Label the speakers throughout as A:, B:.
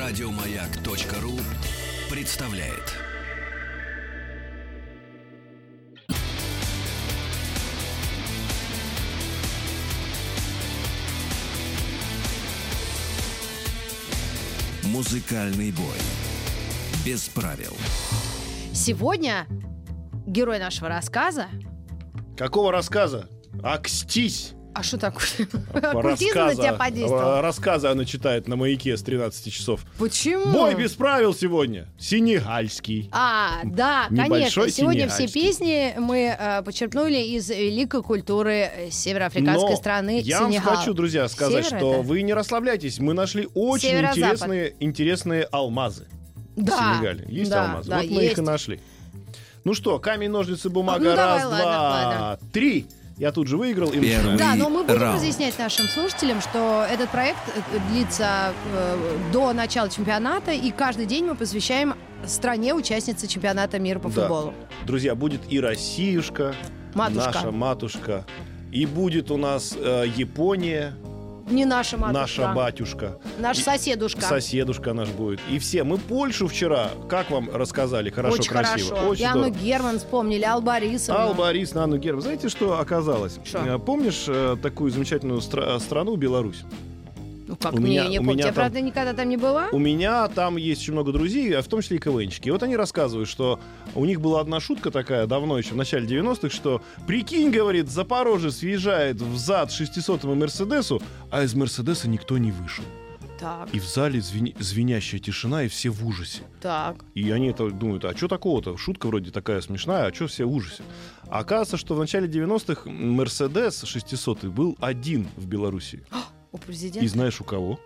A: Радиомаяк.ру представляет. Музыкальный бой. Без правил.
B: Сегодня герой нашего рассказа.
C: Какого рассказа? Акстись!
B: А что такое? Оккультизм на тебя подействовал?
C: Рассказы она читает на «Маяке» с 13 часов.
B: Почему?
C: Бой без правил сегодня. Сенегальский.
B: Да,
C: Небольшой
B: конечно. Сегодня все
C: сенегальский.
B: песни мы почерпнули из великой культуры североафриканской страны
C: я вам
B: Сенегал.
C: хочу, друзья, сказать,
B: Север
C: что
B: это?
C: вы не расслабляйтесь. Мы нашли очень
B: Северо-запад.
C: интересные алмазы в
B: Да.
C: Сенегале. Есть
B: Да,
C: алмазы?
B: да,
C: Вот мы их
B: есть.
C: и нашли. Ну что, камень, ножницы, бумага.
B: Ну, давай,
C: Раз,
B: ладно,
C: два, три. Я тут же выиграл. И
A: Первый.
C: начинаем.
B: Да, но мы будем
A: раунд.
B: разъяснять нашим слушателям, что этот проект длится до начала чемпионата, и каждый день мы посвящаем стране-участнице чемпионата мира по
C: Да.
B: футболу.
C: Друзья, будет и Россиюшка,
B: Матушка.
C: наша матушка, и будет у нас Япония,
B: Не наша матушка.
C: наша батюшка,
B: Наш соседушка.
C: соседушка наш будет. И все. Мы Польшу вчера, как вам рассказали, хорошо,
B: Очень
C: красиво.
B: хорошо.
C: Очень
B: И Анну
C: здорово.
B: Герман вспомнили, Аллу Борисовну.
C: Алла Борисовна, Анну Герман. Знаете, что оказалось?
B: Что?
C: Помнишь такую замечательную страну Беларусь?
B: Ну как,
C: У меня-
B: не
C: у
B: помню.
C: меня
B: Я,
C: там-
B: правда, никогда там не была?
C: У меня там есть очень много друзей, в том числе и КВНчики. И вот они рассказывают, что у них была одна шутка такая давно, еще в начале 90-х, что прикинь, говорит, Запорожец въезжает в зад 600-му Мерседесу, а из Мерседеса никто не вышел.
B: Так,
C: И в зале звенящая тишина, и все в ужасе.
B: так.
C: И они это думают, а что такого-то? Шутка вроде такая смешная, а что все в ужасе? А оказывается, что в начале 90-х Мерседес 600 был один в Беларуси.
B: У президента.
C: И знаешь, у кого?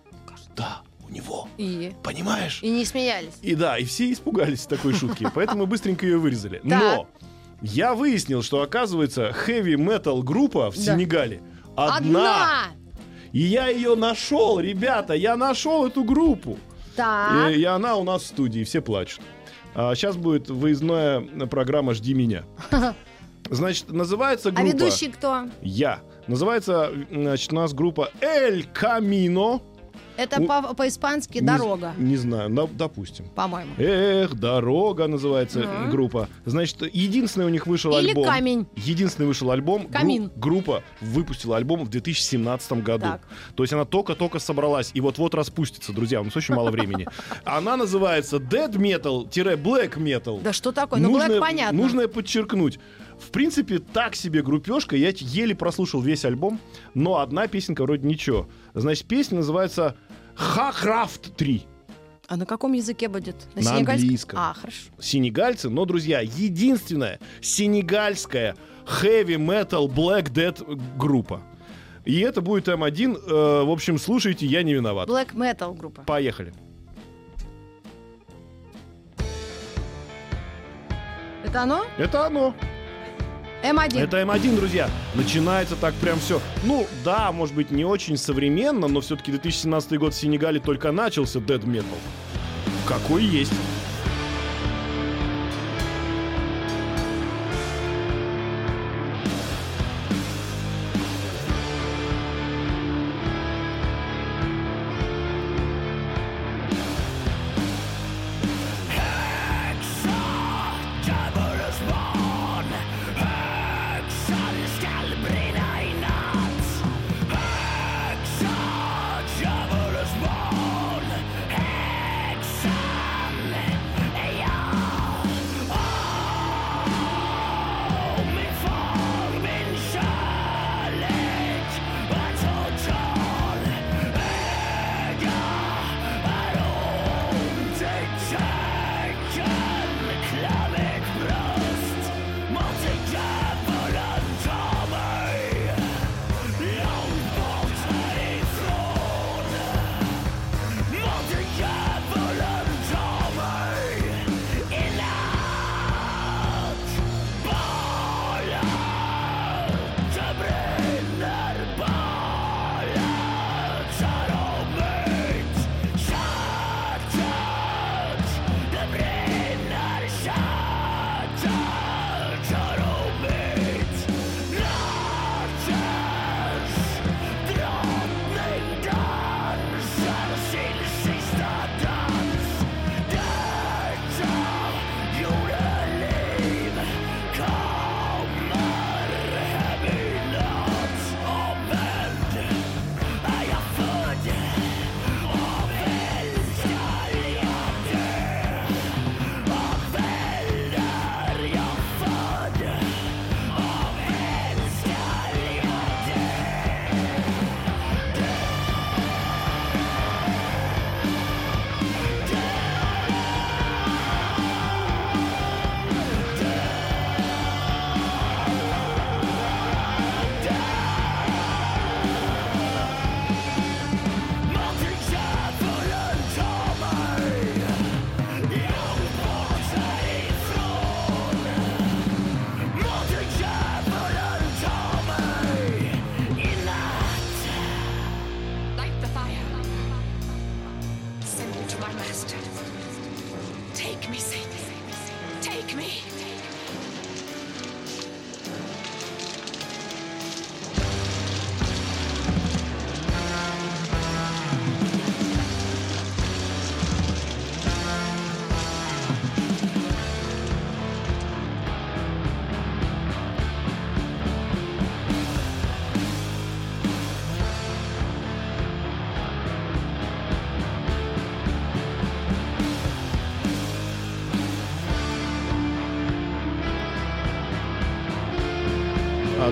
C: Да, у него.
B: И
C: Понимаешь?
B: не смеялись.
C: И да, и все испугались такой шутки, поэтому мы быстренько ее вырезали.
B: Так.
C: Но я выяснил, что, оказывается, хэви-метал группа в
B: Да.
C: Сенегале одна. И я ее нашел, ребята, я нашел эту группу.
B: Так.
C: И она у нас в студии, все плачут. Сейчас будет выездная программа «Жди меня». Значит, называется
B: А
C: группа...
B: ведущий кто?
C: Я. Называется, значит, у нас группа «Эль Камино».
B: Это
C: Ну,
B: по-испански «Дорога»,
C: Не знаю, допустим.
B: по-моему.
C: Эх, «Дорога» называется
B: Мгм.
C: группа. Значит, единственный у них вышел
B: Или
C: альбом.
B: «Камень».
C: Единственный вышел альбом.
B: Камин.
C: Группа выпустила альбом в 2017 году.
B: Так.
C: То есть она только-только собралась и вот-вот распустится, друзья. У нас очень мало времени. Она называется Dead Metal-Black Metal.
B: Да что такое? Ну, Black понятно.
C: Нужно подчеркнуть. В принципе, так себе группежка. Я еле прослушал весь альбом, но одна песенка вроде ничего. Значит, песня называется «Хакрафт 3».
B: А на каком языке будет?
C: На
B: сенегальском?
C: английском.
B: А, хорошо.
C: Сенегальцы, но, друзья, единственная сенегальская heavy metal black death группа. И это будет М1. В общем, слушайте, я не виноват.
B: Black Metal группа.
C: Поехали.
B: Это оно?
C: Это оно.
B: М1.
C: Это М1, друзья. Начинается так прям все. Ну, да, может быть, не очень современно, но все-таки 2017 год в Сенегале только начался dead metal. Какой есть.
D: Djävulens barn, häxan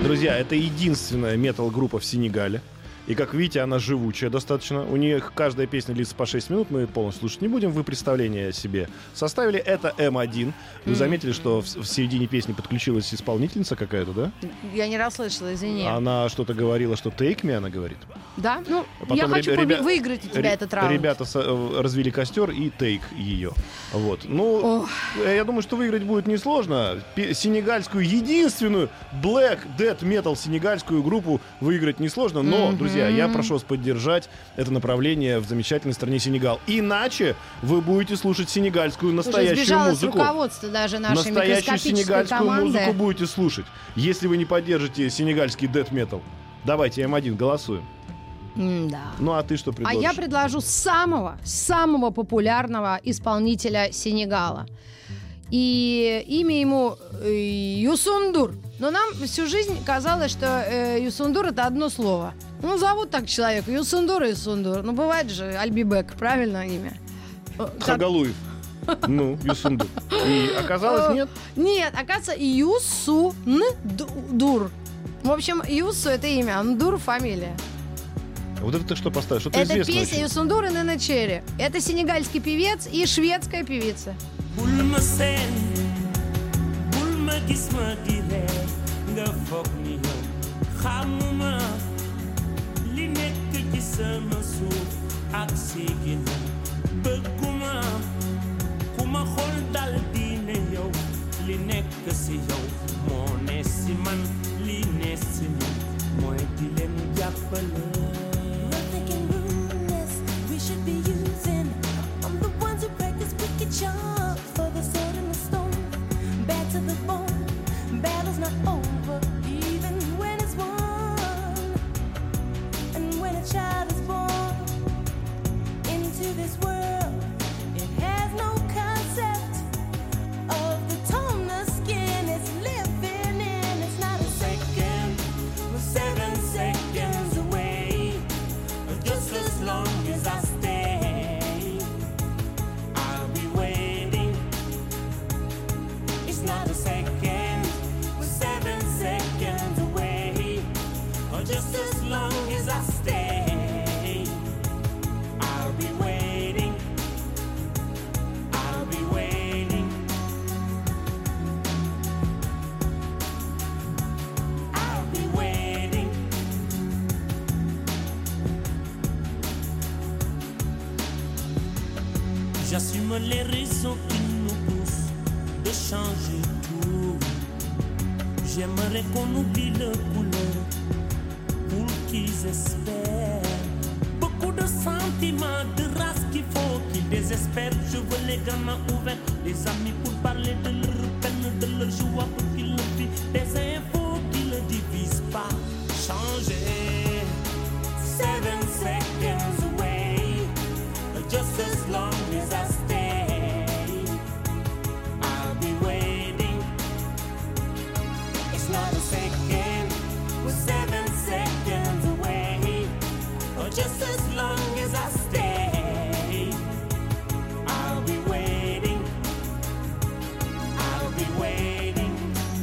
C: Друзья, это единственная метал-группа в Сенегале. И, как видите, она живучая достаточно. У нее каждая песня длится по 6 минут. Мы ее полностью слушать не будем. Вы представление себе составили. Это М1. Вы заметили, что в середине песни подключилась исполнительница какая-то, да?
B: Я не расслышала, извини.
C: Она что-то говорила, что «take me», она говорит.
B: Да? Ну,
C: Потом
B: я хочу выиграть у тебя этот раунд.
C: Ребята развели костер и «take» ее. Вот. Ну, я думаю, что выиграть будет несложно. Сенегальскую, единственную Black Death Metal сенегальскую группу выиграть несложно. Но, друзья, я прошу вас поддержать это направление в замечательной стране Сенегал. Иначе вы будете слушать сенегальскую настоящую музыку.
B: Руководство даже нашей
C: настоящую сенегальскую
B: команды.
C: музыку будете слушать, если вы не поддержите сенегальский Death Metal. Давайте, М1, голосуем.
B: Да.
C: Ну, а ты что предложишь?
B: А я предложу самого популярного исполнителя Сенегала. И имя ему Юсундур. Но нам всю жизнь казалось, что Юсундур — это одно слово. Ну, зовут так человека. Юсундур и Юсундур. Ну, бывает же Альбибек, правильно имя?
C: Хагалуев. Ну, Юсундур. И оказалось, нет?
B: Нет, оказывается, Юсундур. В общем, Юсу — это имя, Ндур — фамилия.
C: Вот это ты что поставишь? Что-то
B: Это
C: известно
B: песня
C: очень.
B: Юсундур и Нена Черри. Это сенегальский певец и шведская певица.
D: J'assume les raisons qui nous poussent de changer tout. J'aimerais qu'on oublie le couleur pour qu'ils espèrent. Beaucoup de sentiments, de race qu'il faut qu'ils désespèrent. Je veux les gamins ouverts, les amis pour parler de leur peine, de leur joie pour qu'ils le vivent. Des infos qui ne divisent pas. Changer. 7 seconds away, just as long as I stay, I'll be waiting. It's not a second, we're 7 seconds away. Or just as long as I stay, I'll be waiting. I'll be waiting.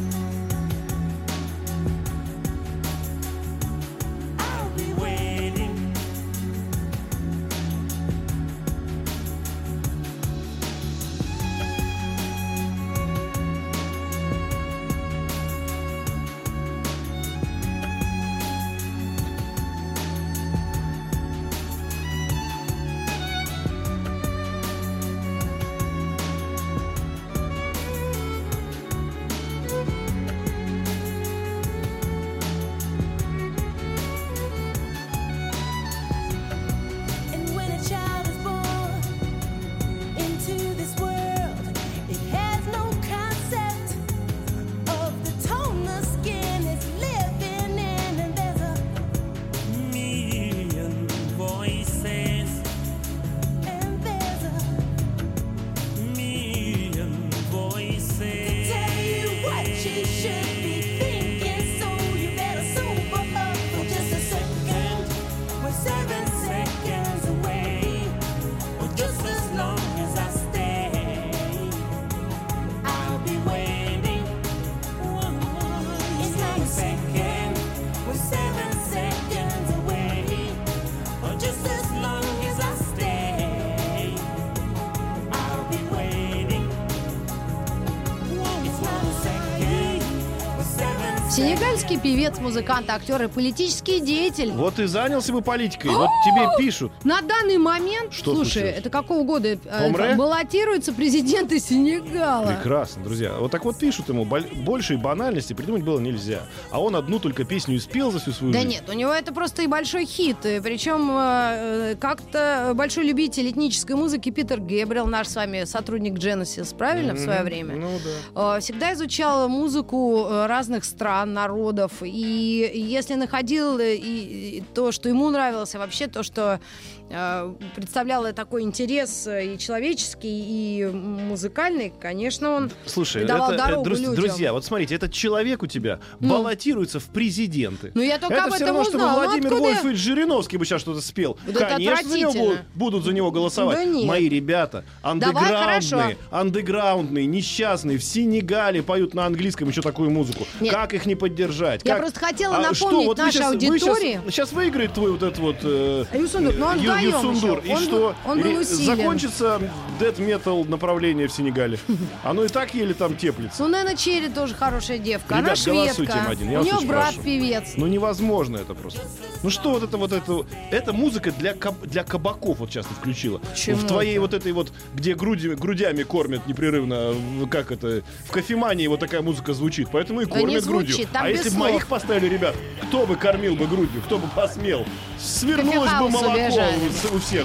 B: Сенегальский певец, музыкант, актер и политический деятель.
C: Вот и занялся бы политикой. Вот тебе пишут.
B: На данный момент,
C: Что
B: слушай,
C: случилось?
B: это какого года?
C: Помре?
B: Баллотируются президенты Сенегала.
C: Прекрасно, друзья. Вот так вот пишут ему. Большей банальности придумать было нельзя. А он одну только песню и спел за всю свою
B: Да
C: жизнь.
B: нет, у него это просто и большой хит. Причем как-то большой любитель этнической музыки Питер Гэбриэл, наш с вами сотрудник Genesis, правильно, в свое время?
C: Ну да.
B: Всегда изучал музыку разных стран, народов. И если находил и то, что ему нравилось, а вообще то, что представляло такой интерес и человеческий, и музыкальный, конечно, он
C: Слушай,
B: давал дорогу людям.
C: друзья, вот смотрите, этот человек у тебя баллотируется в президенты.
B: Ну, я только
C: это
B: об
C: все
B: этом
C: равно, чтобы
B: узнала. Ну,
C: Владимир
B: откуда?
C: Вольфович Жириновский бы сейчас что-то спел.
B: Да это
C: Конечно, за него
B: отвратительно.
C: будут за него голосовать.
B: Да нет.
C: Мои ребята, андеграундные, несчастные, в Сенегале поют на английском еще такую музыку.
B: Нет.
C: Как их не поддержать?
B: Я
C: Как-
B: просто хотела
C: А
B: напомнить
C: что, вот вы
B: нашей аудитории.
C: Сейчас выиграет твой вот этот вот
B: Юсундур, но он вдвоем
C: Юсундур.
B: еще.
C: И
B: Он
C: что?
B: был- он был
C: И
B: усилен.
C: закончится дэт-метал направление в Сенегале. Оно и так еле там теплится.
B: Ну, Нэна Черри тоже хорошая девка.
C: Ребят,
B: Она
C: голосуйте,
B: шведка.
C: М1, я
B: У
C: вас
B: нее
C: очень
B: брат
C: прошу.
B: певец.
C: Ну невозможно это просто. Ну что вот это? Это музыка для кабаков вот сейчас ты включила.
B: Почему
C: В твоей
B: это?
C: вот этой вот, где грудями кормят непрерывно, как это, в кофемании вот такая музыка звучит, поэтому и
B: Да не
C: кормят грудью.
B: звучит, там
C: А
B: без
C: если бы
B: слов.
C: моих поставили, ребят, кто бы кормил бы грудью, кто бы посмел? Свернулось бы
B: Кофехаус
C: молоко
B: убежали.
C: у всех.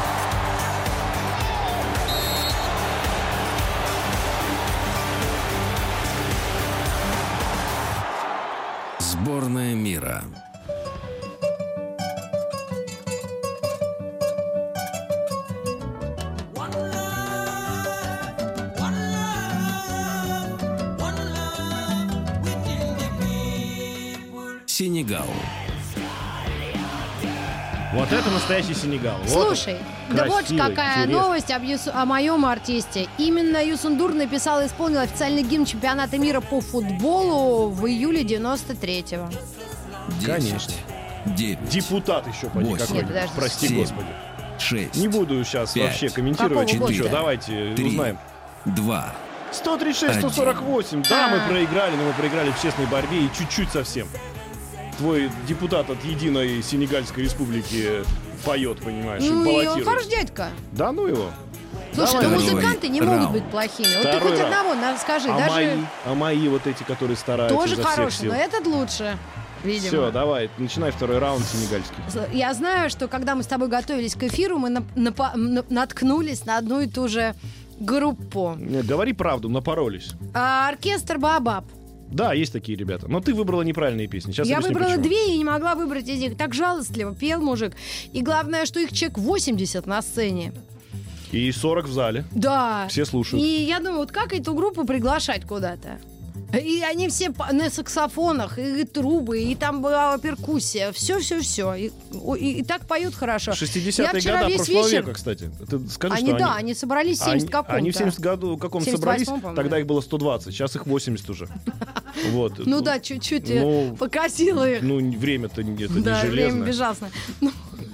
A: Сборная мира. Сенегал.
C: Вот это настоящий Сенегал. Вот
B: Слушай, да вот
C: красивый,
B: какая
C: интересный.
B: новость о моем артисте. Именно Юсундур написал и исполнил официальный гимн чемпионата мира по футболу в июле 93-го.
A: 10,
C: Конечно.
A: 9,
C: Депутат еще поди
A: 8,
C: какой-нибудь.
B: Нет, подожди.
C: Прости,
A: 7,
C: господи.
A: 6,
C: Не буду сейчас
A: 5,
C: вообще комментировать.
B: Какого
C: Ничего,
B: года?
C: давайте
A: 3,
C: узнаем.
A: 2,
C: 136, 148. Да, мы проиграли, но мы проиграли в честной борьбе и чуть-чуть совсем. Твой депутат от Единой Сенегальской Республики поет, понимаешь, и
B: Ну и он
C: баллотирует.
B: хороший дядька.
C: Да ну его.
B: Слушай,
C: Давай,
B: ну
A: Второй
B: музыканты не
A: раунд.
B: могут быть плохими. Вот ты
C: Второй
B: хоть
C: раунд.
B: одного скажи,
C: А
B: даже
C: мои вот эти, которые стараются
B: тоже
C: изо всех
B: хороший,
C: сил.
B: но этот лучше, видимо.
C: Все, давай, начинай второй раунд сенегальский.
B: Я знаю, что когда мы с тобой готовились к эфиру, мы наткнулись на одну и ту же группу.
C: Нет, говори правду, напоролись.
B: Оркестр Баобаб.
C: Да, есть такие ребята. Но ты выбрала неправильные песни. Сейчас
B: Я
C: объясню,
B: выбрала
C: почему.
B: 2 и не могла выбрать из них. Так жалостливо пел мужик. И главное, что их человек 80 на сцене.
C: И 40 в зале.
B: Да.
C: Все слушают.
B: И я думаю, вот как эту группу приглашать куда-то? И они все на саксофонах, и трубы, и там была перкуссия. Все. И так поют хорошо.
C: 60-е
B: Я вчера
C: годы
B: весь
C: прошлого
B: вечер-
C: века, кстати. Ты скажи,
B: Они,
C: что
B: да, они собрались в 70 каком-то.
C: Они в 70 году каком
B: 78-м,
C: собрались,
B: по-моему.
C: тогда их было 120, сейчас их 80 уже. Вот.
B: Ну да, чуть-чуть
C: Ну,
B: покосило их.
C: Ну, время-то это не
B: Да, время
C: железное.
B: безжалостно. Ну,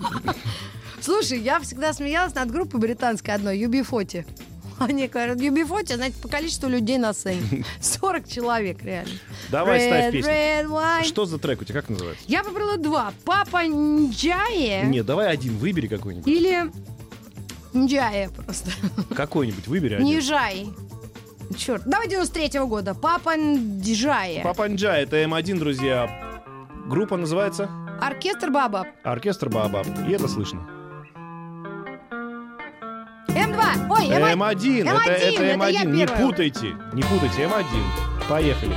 B: слушай, я всегда смеялась над группой британской одной, UB40. Они говорят, UB40, знаете, по количеству людей на сцене. 40 человек, реально.
C: Давай, ставь
B: Red,
C: песню.
B: red wine.
C: Что за трек у тебя, как называется?
B: Я выбрала 2. Папа Нджае
C: Нет, давай один выбери какой-нибудь.
B: или Нджае просто.
C: Какой-нибудь выбери один.
B: Нижай. Черт. Давай 93-го года. Папа Нджае.
C: Папанджа, это М1, друзья. Группа называется
B: Оркестр Баобаб.
C: Оркестр Баобаб. И это слышно.
B: М2. Ой, М1.
C: М1, это
B: это я
C: М1. Не
B: первая.
C: путайте, М1. Поехали.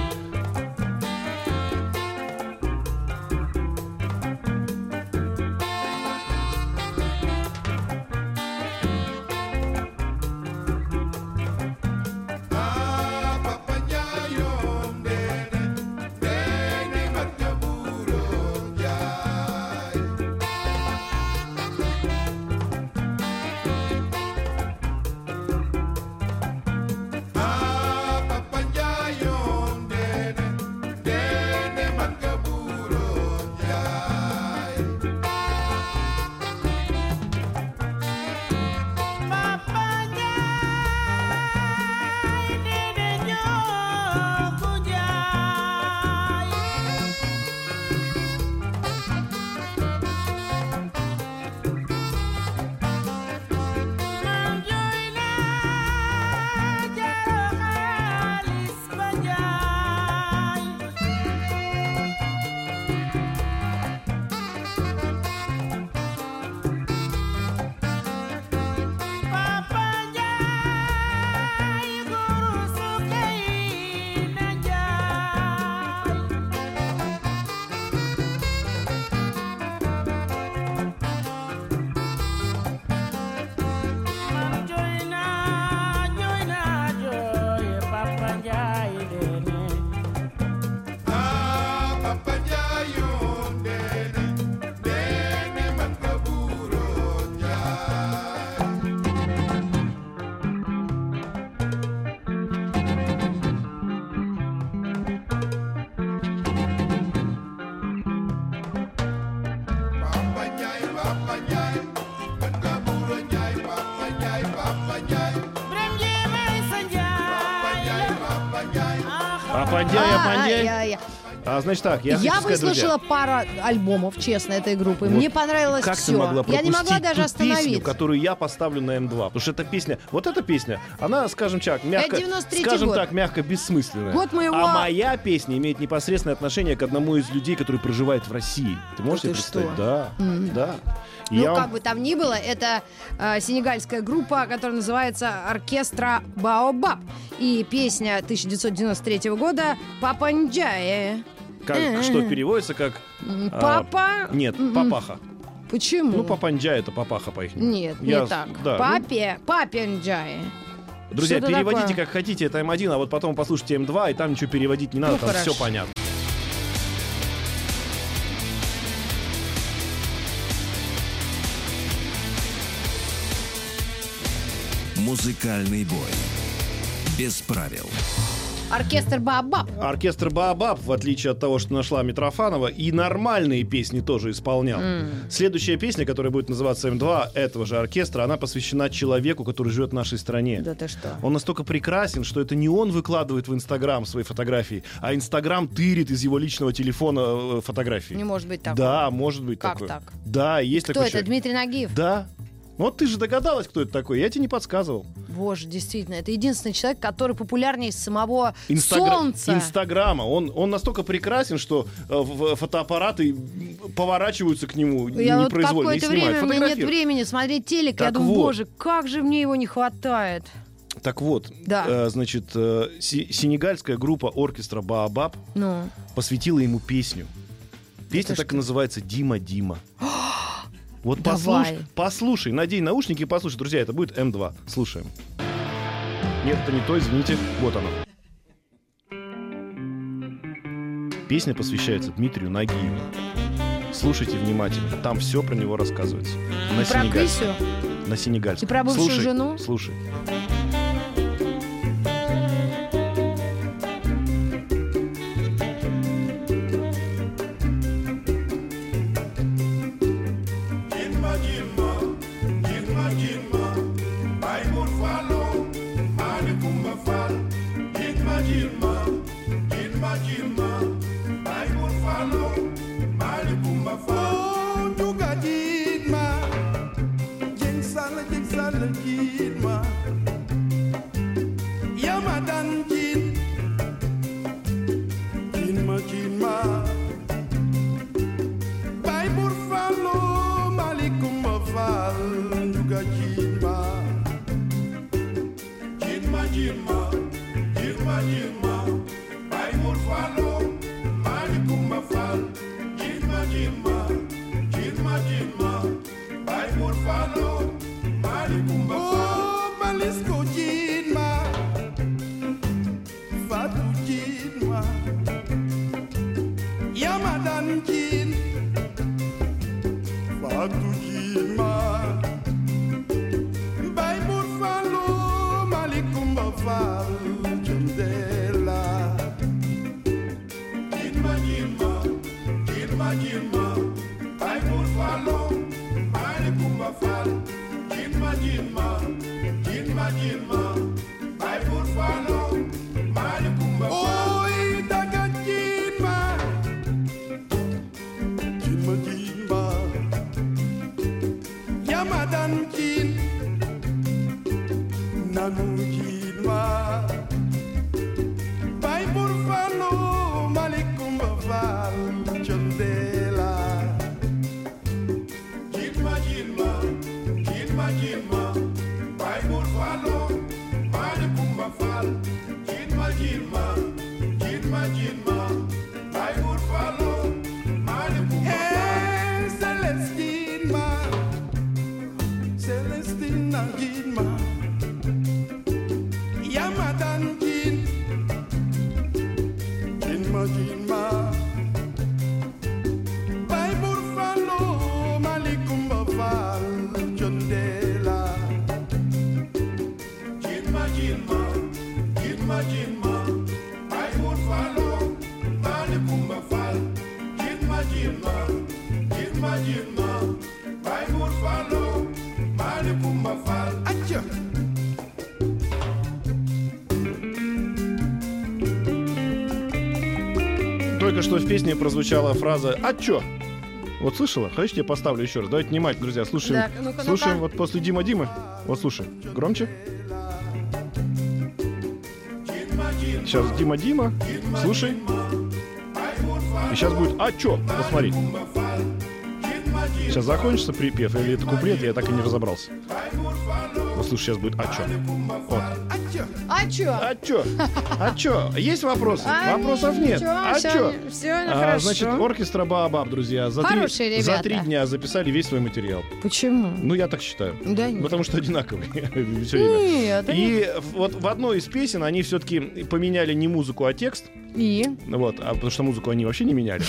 C: Апандяй. Значит так, я хочу
B: Я
C: сказать,
B: выслушала
C: друзья,
B: пару альбомов, честно, этой группы.
C: вот
B: Мне понравилось
C: как
B: все.
C: ты могла
B: Я не могла
C: пропустить
B: даже
C: ту
B: остановиться.
C: песню, которую я поставлю на М2? Потому что эта песня, вот эта песня, она, скажем так, мягко,
B: 93-й
C: скажем
B: год.
C: так, мягко бессмысленная.
B: Год моего-
C: А моя песня имеет непосредственное отношение к одному из людей, который проживает в России. Ты можешь
B: Да
C: себе
B: ты
C: представить?
B: что?
C: Да. И
B: Ну,
C: я
B: как
C: вам-
B: бы там ни было, это сенегальская группа, которая называется «Оркестра Баобаб». И песня 1993 года «Папанджае».
C: что переводится как...
B: Папа?
C: Нет, папаха.
B: Почему?
C: Ну, папанджа это папаха по их.
B: Нет, не так.
C: Да,
B: Папенджае.
C: друзья,
B: Что-то
C: переводите
B: такое.
C: как хотите, это М1, а вот потом послушайте М2, и там ничего переводить не надо,
B: Ну,
C: там
B: хорошо.
C: все понятно.
A: Музыкальный бой. Без правил.
B: Оркестр Баобаб.
C: Оркестр Баобаб, в отличие от того, что нашла Митрофанова, и нормальные песни тоже исполнял. Следующая песня, которая будет называться М2, этого же оркестра, она посвящена человеку, который живет в нашей стране.
B: Да ты что?
C: Он настолько прекрасен, что это не он выкладывает в Инстаграм свои фотографии, а Инстаграм тырит из его личного телефона фотографии.
B: Не может быть такого.
C: Да, может быть
B: Как
C: такое.
B: так?
C: Да, есть
B: Кто
C: такой
B: это?
C: человек.
B: Дмитрий Нагиев?
C: Да. Вот ты же догадалась, кто это такой. Я тебе не подсказывал.
B: Боже, действительно, это единственный человек, который популярнее самого Солнца.
C: Инстаграма. Он настолько прекрасен, что фотоаппараты поворачиваются к нему
B: Я вот
C: непроизвольно и
B: какое-то
C: снимают.
B: время, у меня нет
C: Фотографируют.
B: времени смотреть телек. Я
C: Так
B: думаю,
C: вот.
B: боже, как же мне его не хватает.
C: Так вот,
B: Да.
C: значит, сенегальская группа оркестра Баобаб
B: Ну,
C: посвятила ему песню. Песня
B: Это
C: так и
B: что?
C: называется «Дима, Дима». Вот
B: Давай.
C: послушай, надень наушники и послушай. Друзья, это будет М2. Слушаем. Нет, это не то, извините. Вот оно. Песня посвящается Дмитрию Нагиеву. Слушайте внимательно. Там все про него рассказывается. На
B: про
C: сенегальском.
B: Кысю?
C: На сенегальском.
B: И про бывшую
C: Слушай,
B: жену?
C: Слушай. только что в песне прозвучала фраза «А чё?». Вот слышала? Хотите, я поставлю еще раз? Давайте внимательно, друзья, слушаем.
B: Так, ну-ка,
C: слушаем
B: ну-ка.
C: вот после Дима. Вот слушай. Громче. Сейчас Дима. Слушай. И сейчас будет «А чё?». Посмотри. Сейчас закончится припев или это куплет, я так и не разобрался. Вот слушай, сейчас будет «А чё?». Вот.
B: А чё?
C: А чё? А чё? Есть вопросы? Вопросов нет. А чё?
B: Все хорошо.
C: Значит, оркестра Баобаб, друзья, за
B: Хорошие
C: за
B: ребята.
C: 3 дня записали весь свой материал.
B: Почему?
C: Ну, я так считаю.
B: Да нет.
C: Потому что одинаковые все время.
B: Нет, да
C: И вот в одной из песен они все-таки поменяли не музыку, а текст.
B: И?
C: Вот, потому что музыку они вообще не меняли.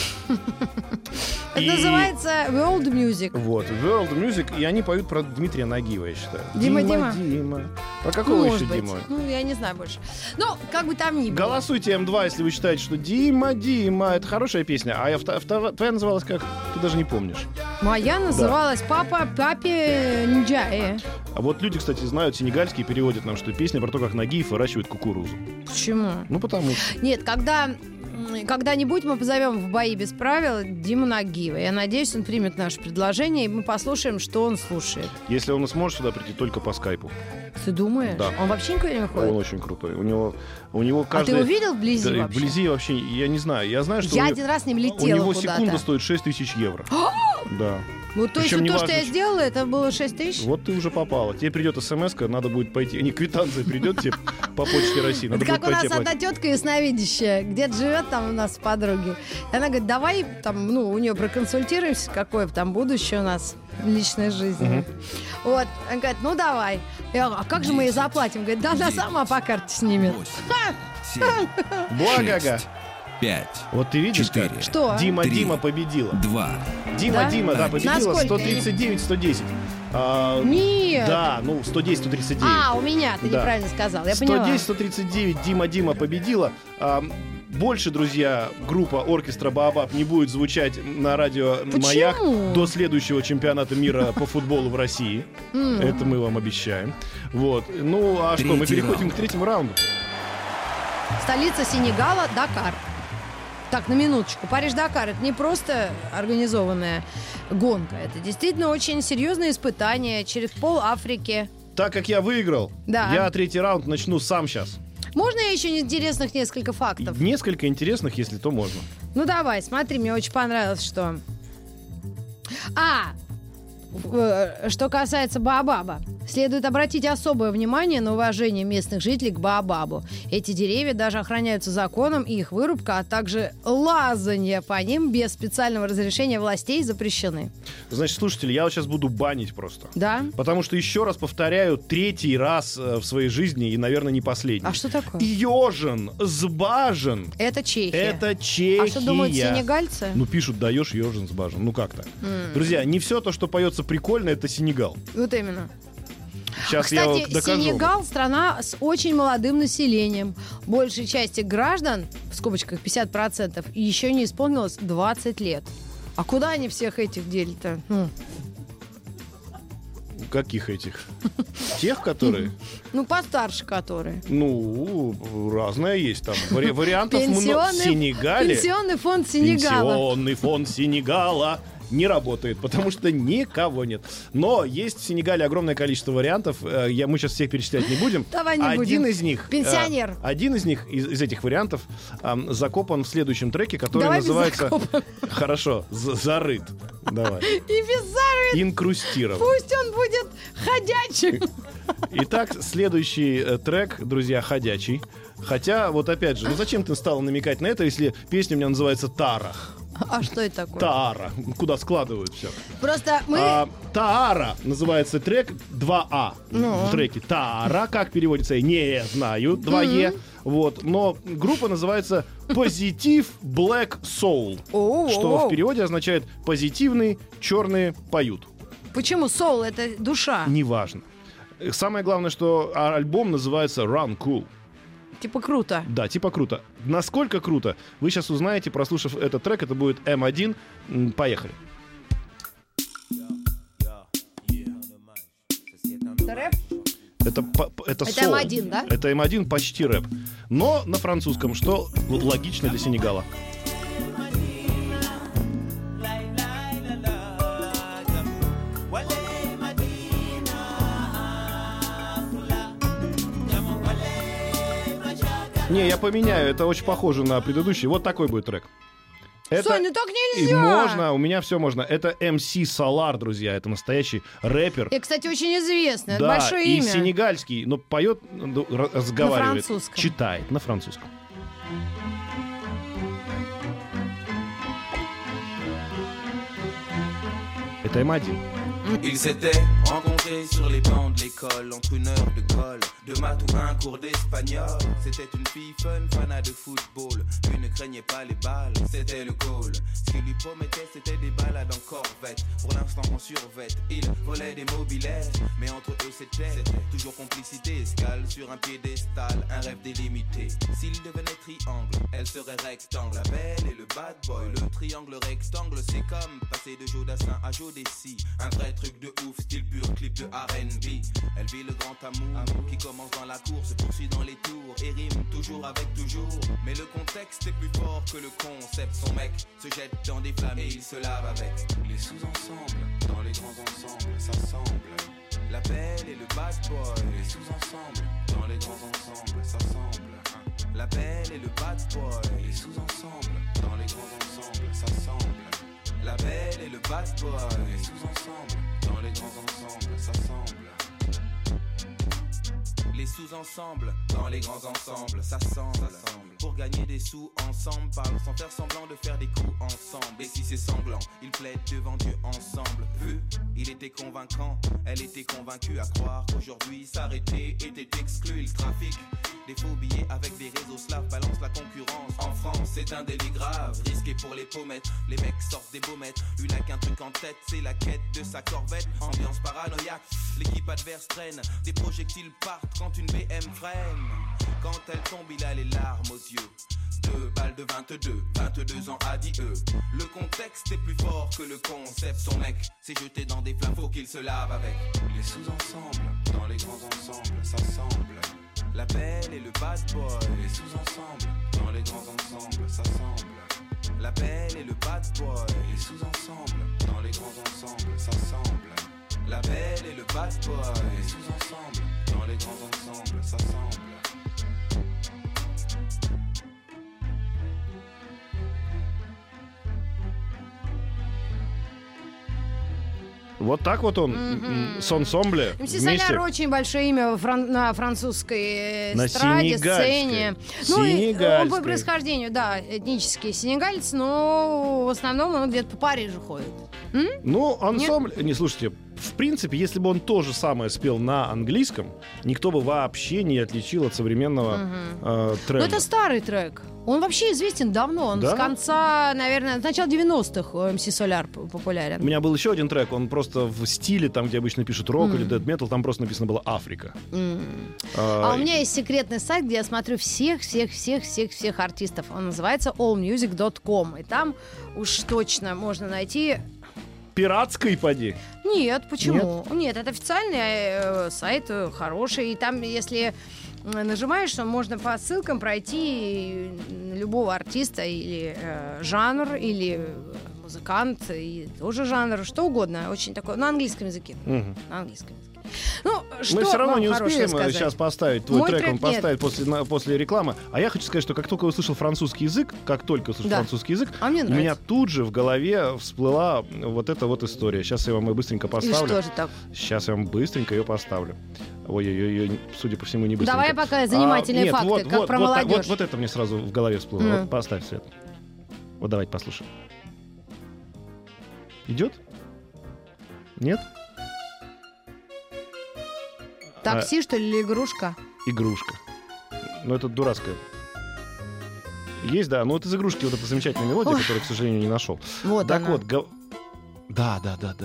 B: Это называется World Music.
C: Вот, World Music, и они поют про Дмитрия Нагиева, я считаю.
B: Дима.
C: Про какого
B: Может
C: еще
B: быть.
C: Диму?
B: Ну, я не знаю больше. Ну, как бы там ни было.
C: Голосуйте М2, если вы считаете, что Дима, это хорошая песня. А твоя называлась как? Ты даже не помнишь.
B: Моя называлась «Папе Нджае».
C: А вот люди, кстати, знают, сенегальские переводят нам, что песня про то, как Нагиев выращивает кукурузу.
B: Почему?
C: Ну, потому что...
B: Нет, когда-нибудь мы позовем в «Бои без правил» Диму Нагиева. Я надеюсь, он примет наше предложение, и мы послушаем, что он слушает.
C: Если он сможет сюда прийти только по скайпу.
B: Ты думаешь?
C: Да.
B: Он вообще никуда не выходит?
C: Он очень крутой. У него каждый...
B: А ты его видел вблизи
C: Да,
B: вообще?
C: вблизи вообще, я не знаю. Я знаю, что
B: Я
C: у
B: один раз с ним
C: у
B: летела
C: него
B: куда-то.
C: секунда стоит 6 тысяч евро. Да.
B: Ну, то есть
C: Причем
B: вот то,
C: неважно,
B: что я
C: что-
B: сделала, это было 6 тысяч?
C: Вот ты уже попала. Тебе придет смс-ка, надо будет пойти. Не, квитанция придет тебе по почте России. Надо
B: Это как
C: будет
B: у нас
C: пойти
B: одна тетка ясновидящая, где-то живет там у нас подруги. И она говорит, давай там, ну, у нее проконсультируемся, какое там будущее у нас в личной жизни. Вот. Она говорит, ну давай. Я говорю, а как же мы ей заплатим? Говорит, да она сама по карте снимет.
A: 7,
C: Благо.
A: 5,
C: Вот ты видишь, как?
A: 4,
B: Что?
C: Дима победила.
A: 2,
B: Да?
C: Дима, победила.
B: Насколько?
C: 139-110.
B: Нет.
C: Да, ну 110-139.
B: А, у меня, ты
C: Да.
B: неправильно сказал. Я поняла.
C: 110-139 Дима победила. Больше, друзья, группа оркестра Баобаб не будет звучать на радио
B: Почему?
C: «Маяк» до следующего чемпионата мира по футболу в России. Это мы вам обещаем. Вот. Ну, а что, мы
A: Третий
C: переходим
A: раунд.
C: к третьему раунду.
B: Столица Сенегала, Дакар. Так, на минуточку. Париж-Дакар — это не просто организованная гонка. Это действительно очень серьезное испытание через пол Африки.
C: Так как я выиграл,
B: Да.
C: я третий раунд начну сам сейчас.
B: Можно я еще интересных несколько фактов?
C: Несколько интересных, если то можно.
B: Ну давай, смотри, мне очень понравилось, что... Что касается Баобаба, следует обратить особое внимание на уважение местных жителей к Баобабу. Эти деревья даже охраняются законом, и их вырубка, а также лазанье по ним без специального разрешения властей запрещены.
C: Значит, слушатели, я вот сейчас буду банить просто.
B: Да?
C: Потому что, еще раз повторяю, третий раз в своей жизни и, наверное, не последний.
B: А что такое?
C: Ёжен, сбажен.
B: Это Чехия.
C: Это Чехия.
B: А что думают сенегальцы?
C: Ну, пишут, даешь ёжен, сбажен. Ну, как так? Друзья, не все то, что поется прикольно, это Сенегал.
B: Вот именно.
C: Сейчас я
B: Кстати,
C: вот докажу.
B: Сенегал — страна с очень молодым населением. Большей части граждан, в скобочках 50%, еще не исполнилось 20 лет. А куда они всех этих дели-то?
C: Каких этих? Тех, которые?
B: Ну, постарше которые.
C: Ну, разное есть там. Вариантов много. В Сенегале
B: Пенсионный фонд Сенегала.
C: пенсионный фонд Сенегала не работает, потому что никого нет. Но есть в Сенегале огромное количество вариантов. Мы сейчас всех перечислять не будем.
B: Давай не
C: Один
B: будем.
C: из них...
B: Пенсионер.
C: Один из них, из этих вариантов, закопан в следующем треке, который
B: Давай без
C: называется...
B: закопан.
C: Хорошо, зарыт. Давай.
B: И беззарый,
C: Инкрустирован.
B: пусть он будет ходячим.
C: Итак, следующий трек, друзья, ходячий. Хотя, вот опять же, ну зачем ты стала намекать на это, если песня у меня называется «Тарах»?
B: А что это такое?
C: Таара. Куда складывают все.
B: Просто мы...
C: Таара называется трек 2А. В треке Таара. Как переводится, я не знаю. 2Е. Вот. Но группа называется Positive Black Soul. Что в переводе означает «позитивные черные поют».
B: Почему соул — это душа?
C: Неважно. Самое главное, что альбом называется Run Cool.
B: Типа круто.
C: Да, типа круто. Насколько круто, вы сейчас узнаете, прослушав этот трек. Это будет М1. Поехали.
B: Это рэп?
C: Это соул.
B: М1, да?
C: Это М1, почти рэп. Но на французском, что логично для Сенегала. Не, я поменяю, это очень похоже на предыдущий. Вот такой будет трек.
B: Сонь, ну так нельзя!
C: И можно, у меня все можно. Это MC Solar, друзья, это настоящий рэпер.
B: И, кстати, очень известный,
C: Да,
B: большое
C: и
B: имя.
C: сенегальский, но поет, разговаривает,
B: На французском.
C: читает на французском. Это М1.
E: Ils s'étaient rencontrés sur les bancs de l'école, entre une heure de colle, de maths ou un cours d'espagnol. C'était une fille fun, fanat de football. Lui ne craignait pas les balles, c'était le goal. Ce qu'il lui promettait, c'était des balades en corvette. Pour l'instant en survette, il volait des mobilettes. Mais entre eux c'était toujours complicité. Escale sur un piédestal, un rêve délimité. S'il devenait triangle, elle serait rectangle. La belle et le bad boy, le triangle rectangle. C'est comme passer de Jodassin à Jodeci. Un vrai truc de ouf, style pur, clip de R&B. Elle vit le grand amour qui commence dans la cour, se poursuit dans les tours et rime toujours avec toujours. Mais le contexte est plus fort que le concept. Son mec se jette dans des flammes et il se lave avec les sous-ensembles. Dans les grands ensembles, ça semble. La belle et le bad boy. Les sous-ensembles. Dans les grands ensembles, ça semble. La belle et le bad boy. Les sous-ensembles. Dans les grands ensembles, ça semble. La belle et le bad boy. Les sous-ensembles. Dans les grands ensembles, ça semble. Les sous-ensembles, dans les grands ensembles, ça semble. Pour gagner des sous ensemble, parle sans faire semblant de faire des coups ensemble. Et si c'est sanglant, ils plaident devant Dieu ensemble. Vu, il était convaincant, elle était convaincue à croire qu'aujourd'hui s'arrêter était exclu. Il trafique des faux billets avec des réseaux slaves, balance la concurrence. En France, c'est un délit grave, risqué pour les pommettes. Les mecs sortent des baumettes, lui n'a qu'un truc en tête, c'est la quête de sa corvette. Ambiance paranoïaque, l'équipe adverse traîne, des projectiles partent quand une BM freine. Quand elle tombe, il a les larmes aux yeux. 2 balles de 22 ans a dit eux. Le contexte est plus fort que le concept. Son mec s'est jeté dans des flammes, faut qu'il se lave avec. Les sous-ensembles, dans les grands ensembles, ça semble. La belle et le bad boy. Les sous-ensembles, dans les grands ensembles, ça semble. La belle et le bad boy. Les sous-ensembles, dans les grands ensembles, ça semble. La belle et le bad boy. Les sous-ensembles, dans les grands ensembles, ça semble.
C: Вот так вот он, с ансамбле
B: МС
C: вместе.
B: Соляр очень большое имя на французской
C: На
B: эстраде,
C: сенегальской.
B: сцене. Ну, и он
C: Сенегальской.
B: по происхождению, да, этнический сенегалец, но в основном он где-то по Парижу ходит.
C: Ну, ансамбль... Не, слушайте, в принципе, если бы он то же самое спел на английском, никто бы вообще не отличил от современного
B: Но
C: тренда.
B: это старый трек. Он вообще известен давно. Он
C: Да?
B: с конца, наверное, с начала 90-х МС Соляр популярен.
C: У меня был еще один трек, он просто в стиле, там, где обычно пишут рок или дэт метал, там просто написано было «Африка».
B: А у меня есть секретный сайт, где я смотрю всех артистов. Он называется allmusic.com. И там уж точно можно найти...
C: Пиратской поди.
B: Нет, почему? Нет, это официальный сайт, хороший. И там, если нажимаешь, то можно по ссылкам пройти любого артиста или жанр, или музыкант, и тоже жанр, что угодно. Очень такое, на английском языке. На английском языке. Ну, что
C: Мы все равно
B: вам
C: не
B: хорошего
C: успеем
B: сказать?
C: сейчас поставить твой
B: Мой
C: трек, он
B: трек нет.
C: поставит после рекламы. А я хочу сказать, что как только я услышал французский язык,
B: Да.
C: французский язык,
B: А мне
C: у меня
B: нравится.
C: тут же в голове всплыла вот эта вот история. Сейчас я вам ее быстренько
B: И
C: поставлю.
B: что же так?
C: Сейчас я вам быстренько ее поставлю. Ой-ой-ой, судя по всему, не быстренько.
B: Давай пока занимательные
C: нет,
B: факты, как про молодежь.
C: Вот это мне сразу в голове всплыло. Вот поставь, Свет. Вот давайте послушаем. Идет? Нет?
B: Такси, что ли, или игрушка?
C: Игрушка. Ну, это дурацкая. Есть, да. Ну, вот из игрушки вот эта замечательная мелодия, которую, к сожалению, не нашел.
B: Вот
C: Так
B: она.
C: вот, да.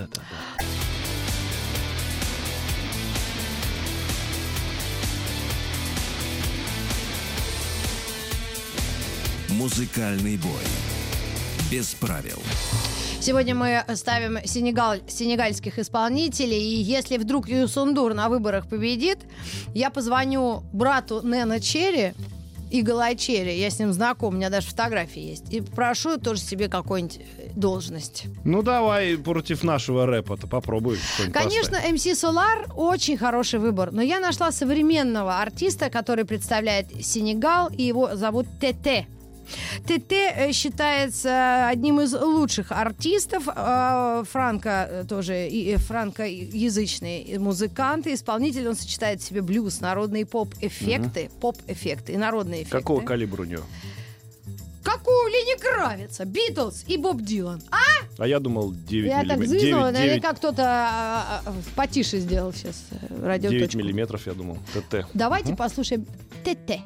A: Музыкальный бой. Без правил.
B: Сегодня мы ставим сенегальских исполнителей, и если вдруг Юсундур на выборах победит, я позвоню брату Нэна Черри и Галачери. Я с ним знаком, у меня даже фотографии есть. И прошу тоже себе какую-нибудь должность.
C: Ну, давай против нашего рэпа-то попробуй что-нибудь
B: Конечно,
C: поставить.
B: MC Solar очень хороший выбор, но я нашла современного артиста, который представляет Сенегал, и его зовут Тете. Тете считается одним из лучших артистов, франко тоже и франкоязычный музыкант и исполнитель. Он сочетает в себе блюз, народные поп-эффекты, поп-эффекты и народные эффекты.
C: Какого калибра у него?
B: Как у Лени Кравица, Битлз и Боб Дилан.
C: А я думал 9
B: Я так
C: миллиметров.
B: звизнула, наверняка кто-то потише сделал сейчас
C: 9
B: радиоточку.
C: миллиметров, я думал. ТТ.
B: Давайте послушаем Тете.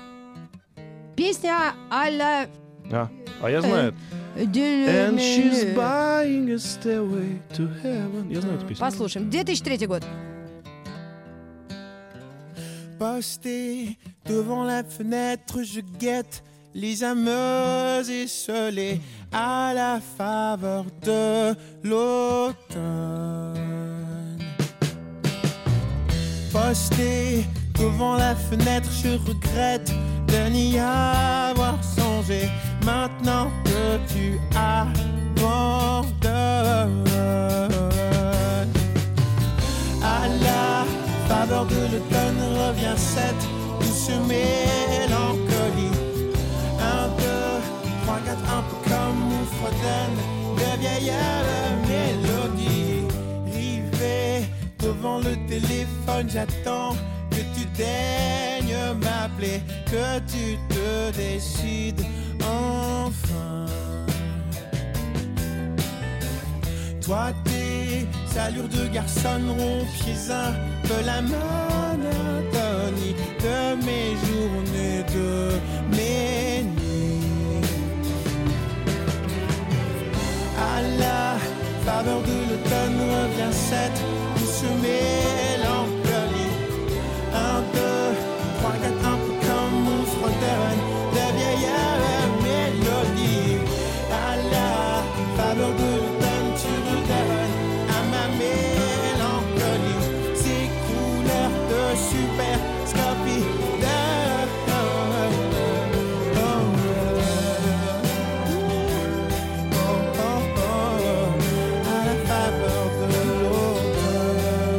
B: Песня а-ля...
C: А я знаю. And she's buying a stairway to heaven. Я знаю эту песню.
B: Послушаем. 2003 год.
F: Posté devant la fenêtre, je guette les âmes esselées à la faveur de l'automne. Posté devant la fenêtre, je regrette de n'y avoir songé. Maintenant que tu abandonnes, à la faveur de l'automne revient cette douce mélancolie. 1, 2, 3, 4, un peu comme on fredonne de vieilles mélodies. Rivé devant le téléphone, j'attends que tu daignes m'appeler, que tu te décides enfin. Toi, tes allures de garçon rompiez un peu la monotonie de mes journées, de mes nuits. À la faveur de l'automne revient cette douce mélancolie. 1, 2, 3, 4, un peu comme on fredonne de vieilles mélodies. À la faveur de l'automne, tu redonnes à ma mélancolie ces couleurs de superscopie. À la faveur de l'automne.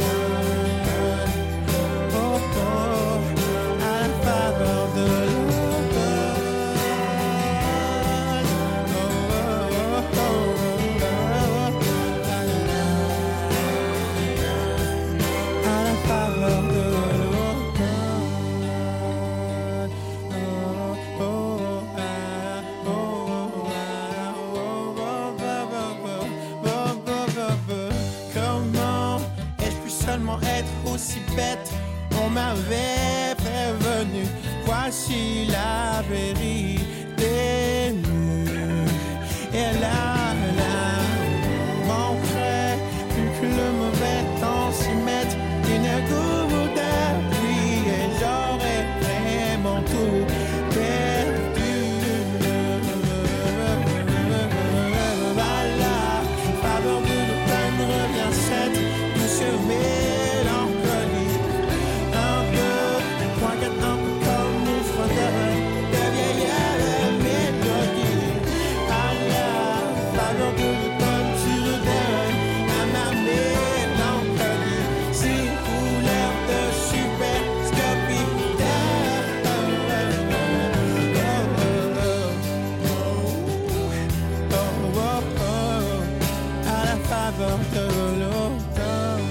F: À la faveur de Comment ai-je pu seulement être aussi bête? On m'avait prévenu, voici la vérité nue. Et là, manquerait plus que le mauvais temps s'y mette une goutte de pluie et j'aurais vraiment tout perdu. À la faveur de l'automne revient cette douce mélancolie. 1, 2, 3, 4, un peu comme on fredonne de vieilles mélodies. À la faveur de l'automne, tu redonnes à ma mélancolie ces couleurs de superscopie. À la faveur de l'automne.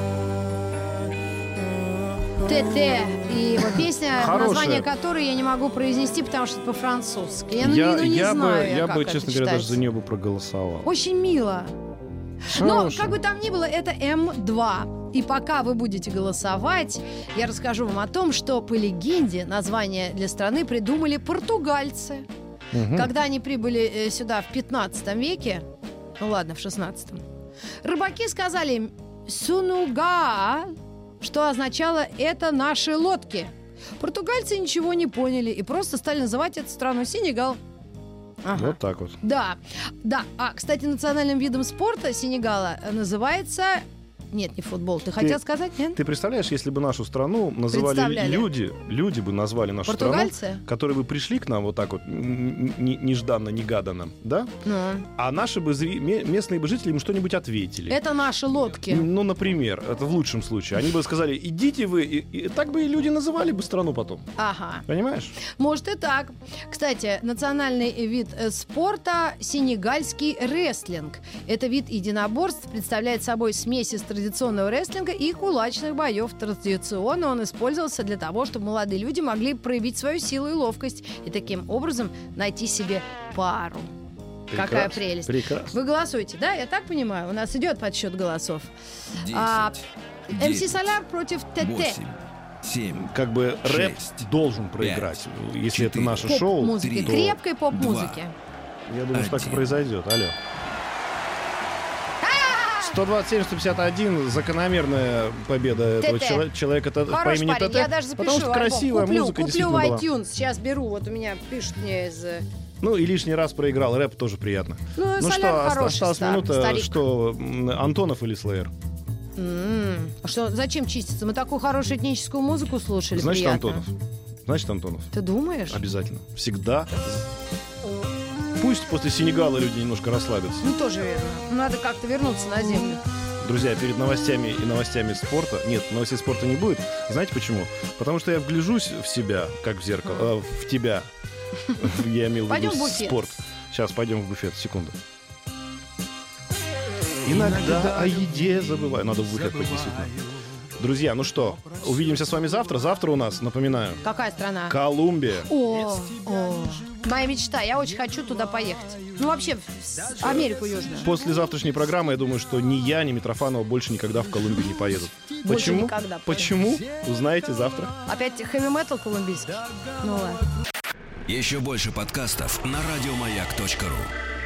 B: ТТ. И его песня,
C: Хорошая.
B: название которой я не могу произнести, потому что это по-французски. Я не знаю,
C: я
B: как
C: бы,
B: это
C: честно говоря, даже
B: читается.
C: за нее бы проголосовал.
B: Очень мило. Но,
C: Хорошая.
B: как бы там ни было, это М2. И пока вы будете голосовать, я расскажу вам о том, что по легенде название для страны придумали португальцы. Когда они прибыли сюда в 15 веке, ну ладно, в 16-м, рыбаки сказали им «сунуга», что означало «это наши лодки». Португальцы ничего не поняли и просто стали называть эту страну Сенегал. Ага.
C: Вот так вот.
B: Да, да. А, кстати, национальным видом спорта Сенегала называется Нет, не футбол. Ты хотел сказать, нет?
C: Ты представляешь, если бы нашу страну называли
B: Представляли.
C: люди бы назвали нашу
B: Португальцы?
C: страну, которые бы пришли к нам вот так вот нежданно-негаданно, да?
B: Ну.
C: А наши бы местные бы жители им что-нибудь ответили.
B: Это наши лодки.
C: Ну, например, это в лучшем случае. Они бы сказали, идите вы, и так бы и люди называли бы страну потом.
B: Ага.
C: Понимаешь?
B: Может и так. Кстати, национальный вид спорта — сенегальский рестлинг. Это вид единоборств, представляет собой смесь из традиционного рестлинга и кулачных боев. Традиционно он использовался для того, чтобы молодые люди могли проявить свою силу и ловкость и таким образом найти себе пару. Какая прелесть.
C: Прекрасно.
B: Вы голосуете, да? Я так понимаю? У нас идет подсчет голосов.
A: 10,
B: МС Соляр против ТТ.
A: 8, 7.
C: Как бы рэп
A: 6,
C: должен проиграть. Если это
A: 4,
C: наше шоу,
B: Поп-музыки,
A: то
B: крепкой поп-музыки.
C: я думаю, что так и
A: 1.
C: произойдет. Алло. 127-151, закономерная победа этого человека по
B: Хороший
C: имени
B: парень,
C: ТТ.
B: я даже запишу
C: Потому что
B: альбом.
C: красивая музыка
B: Куплю в
C: действительно была.
B: iTunes, сейчас беру, вот у меня пишут мне из...
C: Ну и лишний раз проиграл, рэп тоже приятно.
B: Ну, Соляр
C: что,
B: хороший
C: осталась минута,
B: старик.
C: что Антонов или Slayer?
B: А что, зачем чиститься? Мы такую хорошую этническую музыку слушали,
C: Значит,
B: приятно.
C: Антонов. Значит, Антонов.
B: Ты думаешь?
C: Обязательно. Всегда. Пусть после Сенегала люди немножко расслабятся.
B: Ну, тоже верно. Надо как-то вернуться на землю.
C: Друзья, перед новостями и новостями спорта... Нет, новостей спорта не будет. Знаете почему? Потому что я вгляжусь в себя, как в зеркало. В тебя. Я имел в
B: Пойдем
C: виду
B: в буфет.
C: спорт. Сейчас пойдем в буфет. Секунду. Иногда о еде забываю. Надо в буфет пойти, действительно. Друзья, ну что, увидимся с вами завтра. Завтра у нас, напоминаю,
B: Какая страна?
C: Колумбия.
B: О, моя мечта. Я очень хочу туда поехать. Ну, вообще, в Америку Южную.
C: После завтрашней программы, я думаю, что ни я, ни Митрофанова больше никогда в Колумбию не поедут.
B: Больше
C: Почему?
B: никогда.
C: Почему? Узнаете завтра.
B: Опять хэви-метал колумбийский? Ну ладно.
A: Еще больше подкастов на радиомаяк.ру.